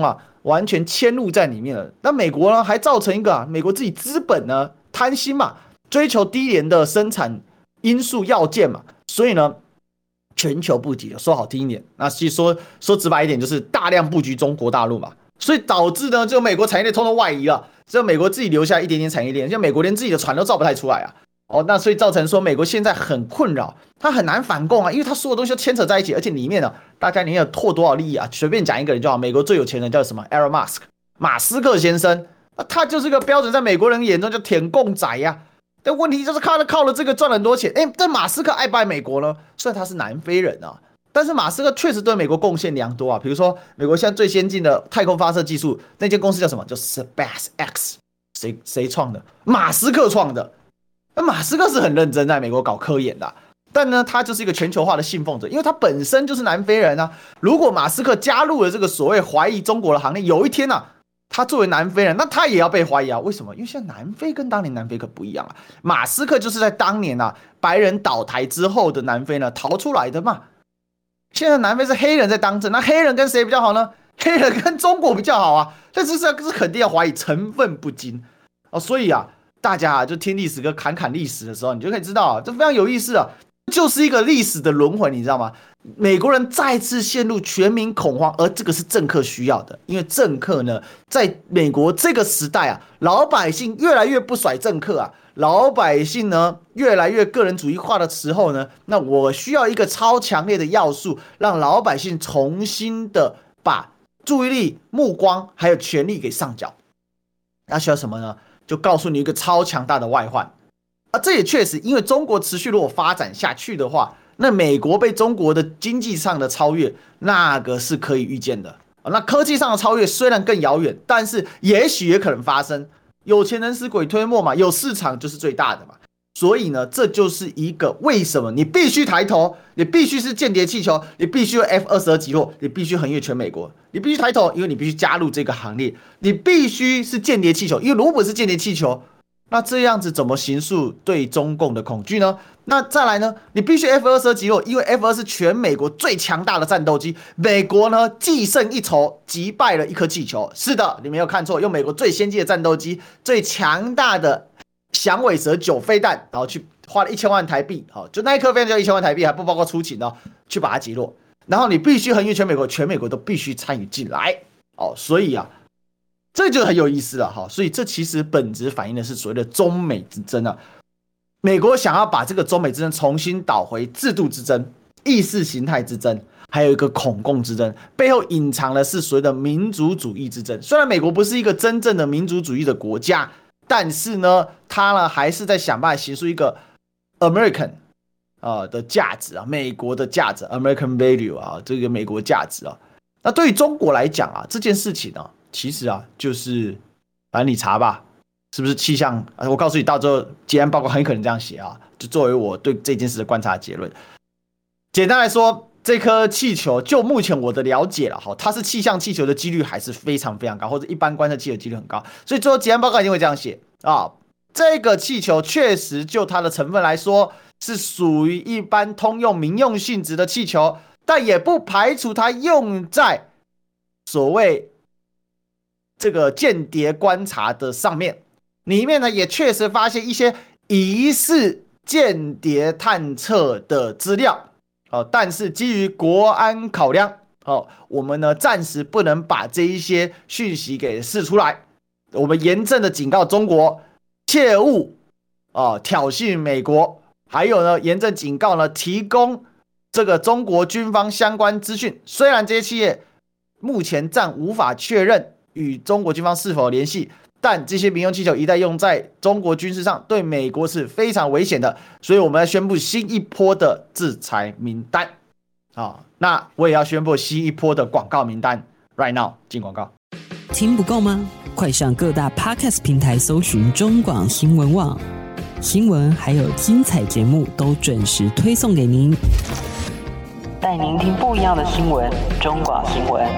完全嵌入在里面了。那美国呢，还造成一个美国自己资本呢贪心嘛，追求低廉的生产因素要件嘛，所以呢，全球布局，说好听一点，那其实说直白一点，就是大量布局中国大陆嘛，所以导致呢，就美国产业链通通外移了，只有美国自己留下一点点产业链，像美国连自己的船都造不太出来啊。那所以造成说美国现在很困扰，他很难反共啊，因为他所有东西都牵扯在一起，而且里面呢，大家你有拓多少利益啊？随便讲一个人就好，美国最有钱人叫什么 ？Elon Musk， 马斯克先生，他就是个标准，在美国人眼中就舔共仔呀。但问题就是靠了这个赚了很多钱，但马斯克爱不爱美国呢？虽然他是南非人啊，但是马斯克确实对美国贡献良多啊。比如说，美国现在最先进的太空发射技术，那间公司叫什么？叫 SpaceX， 谁创的？马斯克创的。那马斯克是很认真在美国搞科研的但呢，他就是一个全球化的信奉者，因为他本身就是南非人啊。如果马斯克加入了这个所谓怀疑中国的行列，有一天他作为南非人，那他也要被怀疑啊？为什么？因为现在南非跟当年南非可不一样啊。马斯克就是在当年白人倒台之后的南非呢逃出来的嘛。现在南非是黑人在当政，那黑人跟谁比较好呢？黑人跟中国比较好啊。但是肯定要怀疑成分不精所以大家就听历史跟侃历史的时候，你就可以知道这非常有意思就是一个历史的轮回，你知道吗？美国人再次陷入全民恐慌，而这个是政客需要的，因为政客呢，在美国这个时代老百姓越来越不甩政客老百姓呢越来越个人主义化的时候呢，那我需要一个超强烈的要素，让老百姓重新的把注意力、目光还有权力给上缴。那需要什么呢？就告诉你一个超强大的外患这也确实，因为中国持续如果发展下去的话，那美国被中国的经济上的超越，那个是可以预见的那科技上的超越虽然更遥远，但是也许也可能发生。有钱能使鬼推磨嘛，有市场就是最大的嘛。所以呢，这就是一个为什么你必须抬头，你必须是间谍气球，你必须有 F-22击落，你必须横越全美国，你必须抬头，因为你必须加入这个行列，你必须是间谍气球，因为如果不是间谍气球，那这样子怎么形塑对中共的恐惧呢？那再来呢，你必须 F-22击落，因为 F-22是全美国最强大的战斗机，美国呢既胜一筹，击败了一颗气球。是的，你没有看错，用美国最先进的战斗机，最强大的响尾蛇9飞弹，然后去花了1000万台币，就那一颗飞弹就1000万台币，还不包括出勤去把它击落。然后你必须横越全美国，全美国都必须参与进来所以这就很有意思了所以这其实本质反映的是所谓的中美之争美国想要把这个中美之争重新导回制度之争、意识形态之争，还有一个恐共之争，背后隐藏的是所谓的民族主义之争。虽然美国不是一个真正的民族主义的国家，但是呢，它呢还是在想办法形塑一个 American 的价值美国的价值 American value 这个美国价值那对于中国来讲这件事情其实就是反正你查吧，是不是气象我告诉你，到最后结案报告很可能这样写就作为我对这件事的观察结论。简单来说，这颗气球就目前我的了解了它是气象气球的几率还是非常非常高，或者一般观测气球几率很高，所以最后结案报告一定会这样写这个气球确实就它的成分来说是属于一般通用民用性质的气球，但也不排除它用在所谓这个间谍观察的上面，里面呢也确实发现一些疑似间谍探测的资料但是基于国安考量我们呢暂时不能把这一些讯息给释出来。我们严正的警告中国，切勿挑衅美国，还有呢严正警告呢提供这个中国军方相关资讯。虽然这些企业目前暂无法确认与中国军方是否联系，但这些民用气球一旦用在中国军事上，对美国是非常危险的，所以我们要宣布新一波的制裁名单那我也要宣布新一波的广告名单 right now 进广告。 听不够吗？快上各大 Podcast 平台搜寻中广新闻网，新闻还有精彩节目都准时推送给您，带您听不一样的新闻。中广新闻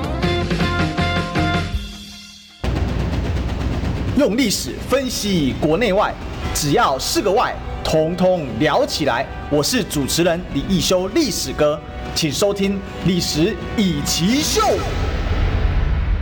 用历史分析国内外，只要是个外，统统聊起来。我是主持人李义修，历史哥，请收听《历史以奇秀》。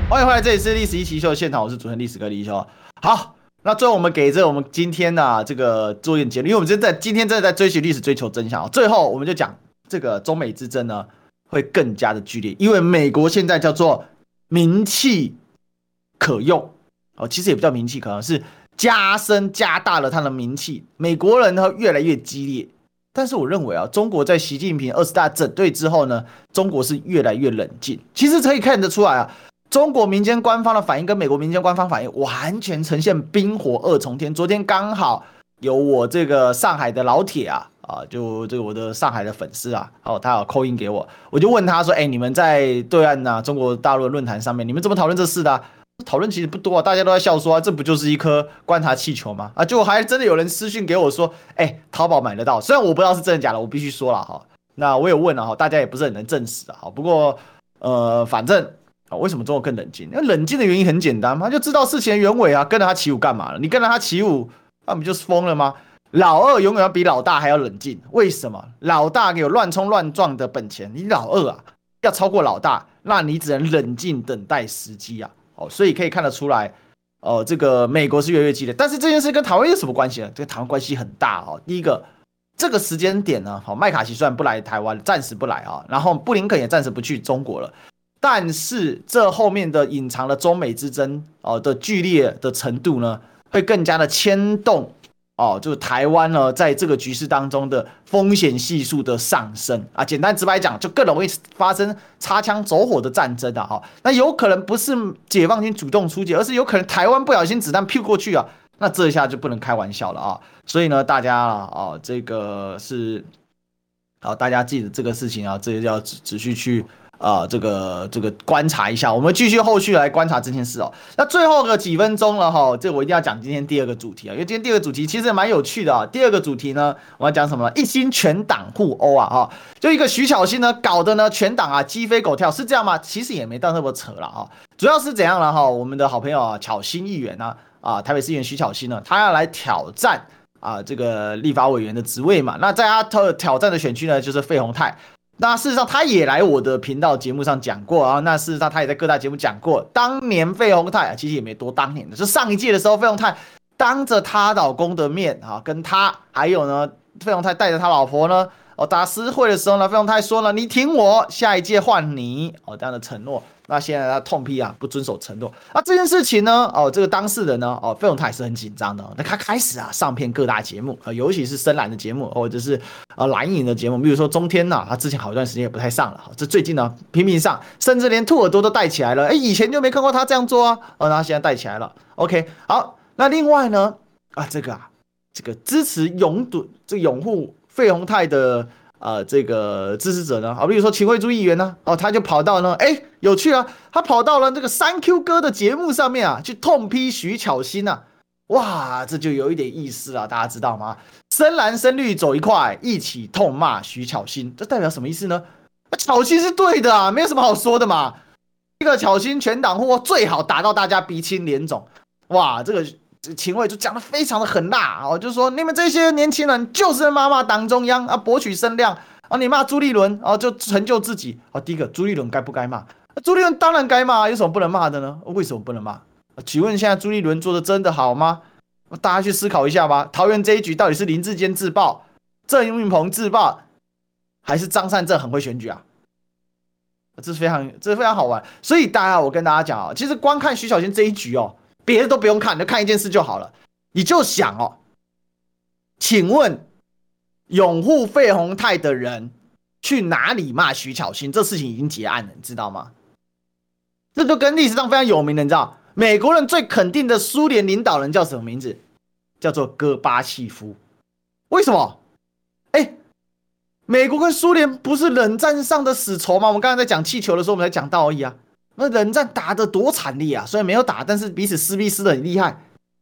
欢迎回来，这里是历史一起秀的现场，我是主持人历史哥李一修。好，那最后我们给这我们今天呢、这个做一点结论，因为我们今天真的在追寻历史，追求真相。最后我们就讲这个中美之争呢会更加的剧烈，因为美国现在叫做名气可用其实也不叫名气可用，是加大了他的名气。美国人呢越来越激烈，但是我认为中国在习近平20大整队之后呢，中国是越来越冷静。其实可以看得出来中国民间官方的反应跟美国民间官方反应完全呈现冰火二重天。昨天刚好有我这个上海的老铁就这个我的上海的粉丝他有call in给我，我就问他说，你们在对岸中国大陆的论坛上面，你们怎么讨论这事的讨论其实不多大家都在笑说这不就是一颗观察气球吗？结果还真的有人私讯给我说，淘宝买得到，虽然我不知道是真的假的，我必须说了那我有问了大家也不是很能证实不过反正为什么中国更冷静？因为冷静的原因很简单嘛，就知道事情的原委跟着他起舞干嘛了？你跟着他起舞，那不就是疯了吗？老二永远要比老大还要冷静，为什么？老大有乱冲乱撞的本钱，你老二要超过老大，那你只能冷静等待时机所以可以看得出来，这个美国是越来越激烈，但是这件事跟台湾有什么关系呢？这个台湾关系很大第一个，这个时间点呢，麦卡锡虽然不来台湾，暂时不来然后布林肯也暂时不去中国了。但是这后面的隐藏的中美之争的剧烈的程度呢，会更加的牵动就是台湾呢在这个局势当中的风险系数的上升简单直白讲，就更容易发生擦枪走火的战争那有可能不是解放军主动出击，而是有可能台湾不小心子弹飘过去那这一下就不能开玩笑了所以呢，大家这个是大家记得这个事情这个要持续去。这个观察一下，我们继续后续来观察这件事那最后个几分钟了这我一定要讲今天第二个主题因为今天第二个主题其实也蛮有趣的第二个主题呢，我要讲什么呢？一心全党互殴就一个徐巧芯呢搞得呢全党鸡飞狗跳，是这样吗？其实也没到那么扯了主要是怎样了我们的好朋友巧芯议员台北市议员徐巧芯呢，他要来挑战这个立法委员的职位嘛。那在他挑战的选区呢，就是费鸿泰。那事实上，他也来我的频道节目上讲过那事实上，他也在各大节目讲过。当年费鸿泰其实也没多当年的，就上一届的时候，费鸿泰当着她老公的面跟他还有呢，费鸿泰带着他老婆呢打私会的时候呢，费鸿泰说呢，你挺我，下一届换你这样的承诺。那现在他痛批不遵守承诺这件事情呢这个当事人呢费鸿泰是很紧张的那他开始上片各大节目尤其是深蓝的节目或者是蓝营的节目，比如说中天他之前好一段时间也不太上了这最近呢频频上，甚至连兔耳朵都带起来了以前就没看过他这样做那他现在带起来了 OK 好。那另外呢这个支持拥护费鸿泰的这个支持者呢比如说秦慧珠议员呢他就跑到呢有趣他跑到了这个3Q 哥的节目上面去痛批徐巧芯哇，这就有一点意思了，大家知道吗？深蓝深绿走一块，一起痛骂徐巧芯，这代表什么意思呢？巧芯是对的没有什么好说的嘛。这个巧芯全党互殴，最好打到大家鼻青脸肿。哇，这个秦桧就讲得非常的狠辣就是说你们这些年轻人就是骂党中央博取声量你骂朱立伦就成就自己第一个朱立伦该不该骂？朱立伦当然该骂有什么不能骂的呢？为什么不能骂？请问现在朱立伦做的真的好吗？大家去思考一下吧。桃园这一局到底是林智坚自爆、郑运鹏自爆，还是张善政很会选举这非常好玩。所以我跟大家讲其实光看徐巧芯这一局别的都不用看，就看一件事就好了。你就想请问拥护费鸿泰的人去哪里骂徐巧芯？这事情已经结案了，你知道吗？这就跟历史上非常有名的，你知道美国人最肯定的苏联领导人叫什么名字？叫做戈巴契夫。为什么？美国跟苏联不是冷战上的死仇吗？我们刚才在讲气球的时候，我们才讲到而已那冷战打得多惨烈虽然没有打，但是彼此撕逼撕得很厉害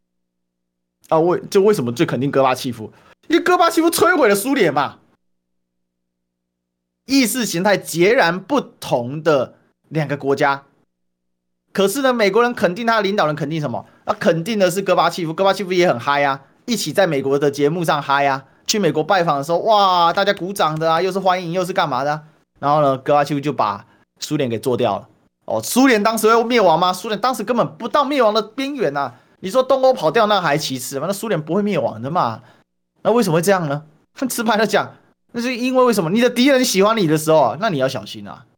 为什么最肯定戈巴契夫？因为戈巴契夫摧毁了苏联嘛。意识形态截然不同的两个国家，可是呢，美国人肯定他的领导人肯定什么？肯定的是戈巴契夫。戈巴契夫也很嗨一起在美国的节目上嗨去美国拜访的时候，哇，大家鼓掌的又是欢迎又是干嘛的然后呢，戈巴契夫就把苏联给做掉了哦，苏联当时会灭亡吗？苏联当时根本不到灭亡的边缘啊！你说东欧跑掉那还其次嘛？那苏联不会灭亡的嘛？那为什么会这样呢？直白的讲，那是因为什么？你的敌人喜欢你的时候啊，那你要小心啊！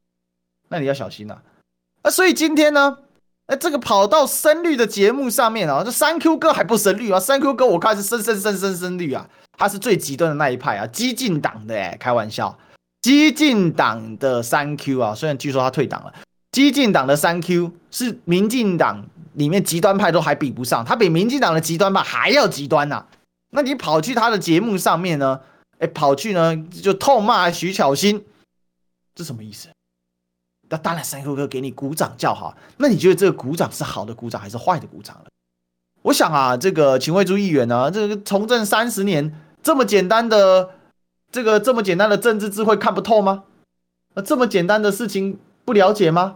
所以今天呢，这个跑到深绿的节目上面啊，这3Q 哥还不深绿啊？3Q 哥我看是深绿啊，他是最极端的那一派啊，激进党的开玩笑，激进党的3Q 啊，虽然据说他退党了。激进党的3Q 是民进党里面极端派都还比不上，他比民进党的极端派还要极端啊。那你跑去他的节目上面呢，跑去呢就痛骂徐巧芯，这什么意思？那当然3Q哥给你鼓掌叫好，那你觉得这个鼓掌是好的鼓掌还是坏的鼓掌呢？我想啊，这个秦慧珠议员呢，这个从政30年，这么简单的政治智慧看不透吗？这么简单的事情不了解吗？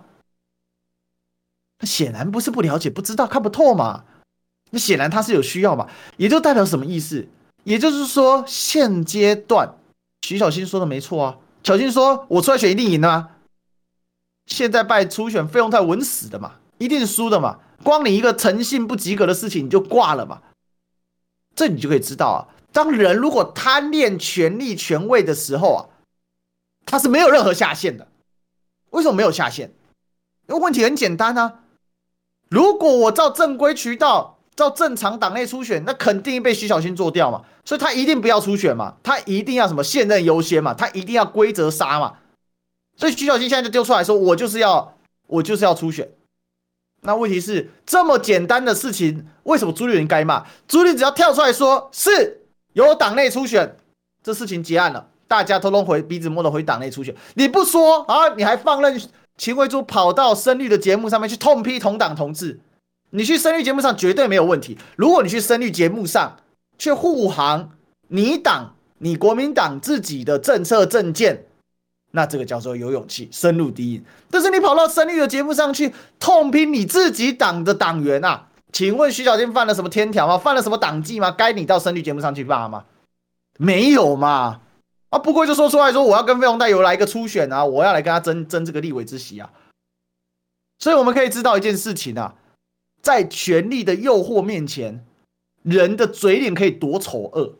显然不是不了解，不知道，看不透嘛。那显然他是有需要嘛，也就代表什么意思？也就是说，现阶段徐巧芯说的没错啊。巧芯说：“我出来选一定赢的嘛。”现在拜初选费鸿泰稳死的嘛，一定输的嘛。光你一个诚信不及格的事情，你就挂了嘛。这你就可以知道啊，当人如果贪恋权力权位的时候啊，他是没有任何下限的。为什么没有下限？因为问题很简单啊。如果我照正规渠道，照正常党内初选，那肯定被徐巧芯做掉嘛，所以他一定不要初选嘛，他一定要什么现任优先嘛，他一定要规则杀嘛，所以徐巧芯现在就丢出来说，我就是要初选。那问题是这么简单的事情，为什么朱立伦该骂？朱立伦只要跳出来说是有党内初选，这事情结案了，大家通通回鼻子摸的回党内初选，你不说啊，你还放任秦慧珠跑到深绿的节目上面去痛批同党同志，你去深绿节目上绝对没有问题。如果你去深绿节目上去护航你党、你国民党自己的政策政见，那这个叫做有勇气，深入敌营。但是你跑到深绿的节目上去痛批你自己党的党员啊，请问徐巧芯犯了什么天条吗？犯了什么党纪吗？该你到深绿节目上去骂吗？没有嘛。啊，不过就说出来说我要跟费鸿泰有来一个初选啊，我要来跟他争这个立委之席啊。所以我们可以知道一件事情啊，在权力的诱惑面前，人的嘴脸可以多丑恶，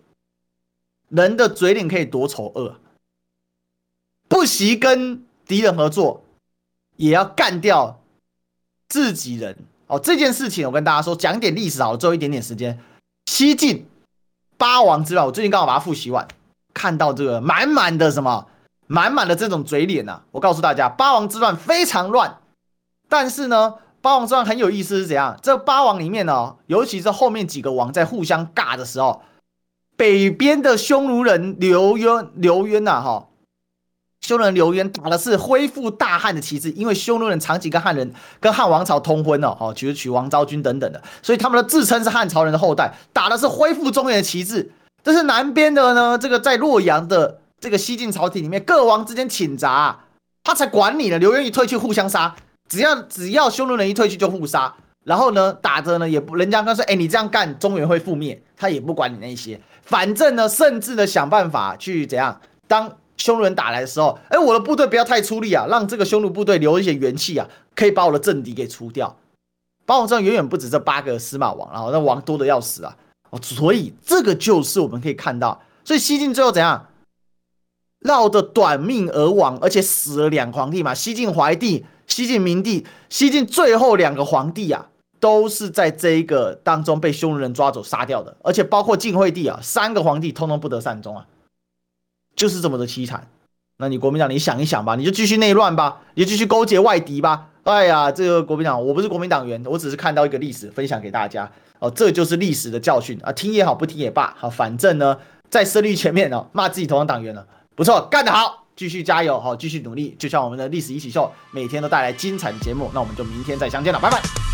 不惜跟敌人合作，也要干掉自己人。哦，这件事情我跟大家说，讲点历史好了，最后一点点时间。西晋八王之乱，我最近刚好把它复习完。看到这个满满的这种嘴脸啊！我告诉大家，八王之乱非常乱，但是呢，八王之乱很有意思是怎样？这八王里面呢，尤其是后面几个王在互相尬的时候，北边的匈奴人刘渊呐，匈奴人刘渊打的是恢复大汉的旗帜，因为匈奴人长期跟汉王朝通婚哦，娶王昭君等等的，所以他们的自称是汉朝人的后代，打的是恢复中原的旗帜。但是南边的呢，这个在洛阳的这个西晋朝廷里面，各王之间请杂，他才管你呢。刘渊一退去互相杀，只要匈奴人一退去就互杀，然后呢打着呢也不，人家刚说，你这样干中原会覆灭，他也不管你那些，反正呢甚至呢想办法去怎样，当匈奴人打来的时候，我的部队不要太出力啊，让这个匈奴部队留一些元气啊，可以把我的政敌给除掉。八王之乱远远不止这8个司马王，然后那王多的要死啊。所以这个就是我们可以看到，所以西晋最后怎样，绕得短命而亡，而且死了2皇帝嘛，西晋怀帝、西晋明帝，西晋最后2个皇帝啊，都是在这一个当中被匈奴人抓走杀掉的，而且包括晋惠帝啊，3个皇帝通通不得善终啊，就是这么的凄惨。那你国民党你想一想吧，你就继续内乱吧，你就继续勾结外敌吧。哎呀，这个国民党，我不是国民党员，我只是看到一个历史分享给大家。这就是历史的教训啊，听也好，不听也罢，反正呢，在胜利前面骂自己同党党员了，不错，干得好，继续加油，继续努力，就像我们的历史一起秀，每天都带来精彩的节目，那我们就明天再相见了，拜拜。